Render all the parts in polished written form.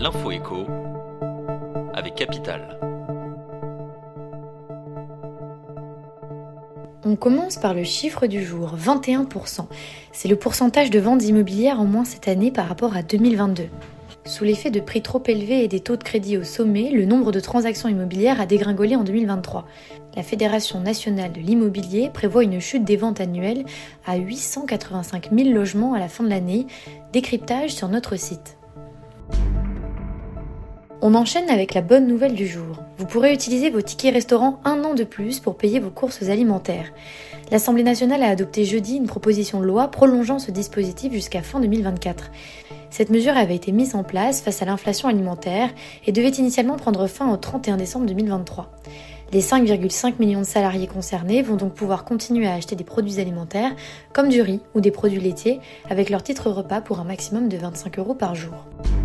l'info écho avec Capital. On commence par le chiffre du jour, 21%. C'est le pourcentage de ventes immobilières en moins cette année par rapport à 2022. Sous l'effet de prix trop élevés et des taux de crédit au sommet, le nombre de transactions immobilières a dégringolé en 2023. La Fédération nationale de l'immobilier prévoit une chute des ventes annuelles à 885 000 logements à la fin de l'année. Décryptage sur notre site. On enchaîne avec la bonne nouvelle du jour. Vous pourrez utiliser vos tickets restaurants 1 an de plus pour payer vos courses alimentaires. L'Assemblée nationale a adopté jeudi une proposition de loi prolongeant ce dispositif jusqu'à fin 2024. Cette mesure avait été mise en place face à l'inflation alimentaire et devait initialement prendre fin au 31 décembre 2023. Les 5,5 millions de salariés concernés vont donc pouvoir continuer à acheter des produits alimentaires comme du riz ou des produits laitiers avec leur titre repas pour un maximum de 25 € par jour.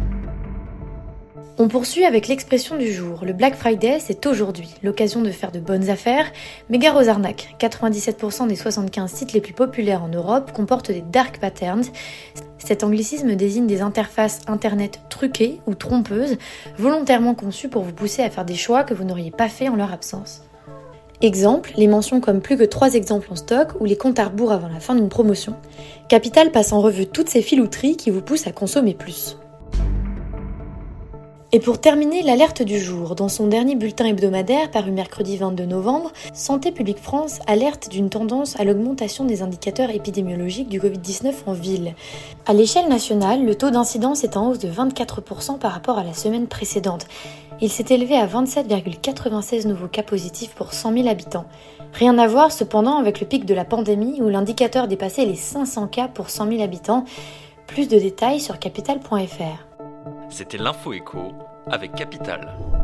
On poursuit avec l'expression du jour. Le Black Friday, c'est aujourd'hui, l'occasion de faire de bonnes affaires, mais gare aux arnaques. 97% des 75 sites les plus populaires en Europe comportent des dark patterns. Cet anglicisme désigne des interfaces internet truquées ou trompeuses, volontairement conçues pour vous pousser à faire des choix que vous n'auriez pas fait en leur absence. Exemple, les mentions comme plus que 3 exemples en stock ou les comptes à rebours avant la fin d'une promotion. Capital passe en revue toutes ces filouteries qui vous poussent à consommer plus. Et pour terminer, l'alerte du jour. Dans son dernier bulletin hebdomadaire paru mercredi 22 novembre, Santé publique France alerte d'une tendance à l'augmentation des indicateurs épidémiologiques du Covid-19 en ville. À l'échelle nationale, le taux d'incidence est en hausse de 24% par rapport à la semaine précédente. Il s'est élevé à 27,96 nouveaux cas positifs pour 100 000 habitants. Rien à voir cependant avec le pic de la pandémie où l'indicateur dépassait les 500 cas pour 100 000 habitants. Plus de détails sur capital.fr. C'était l'info écho avec Capital.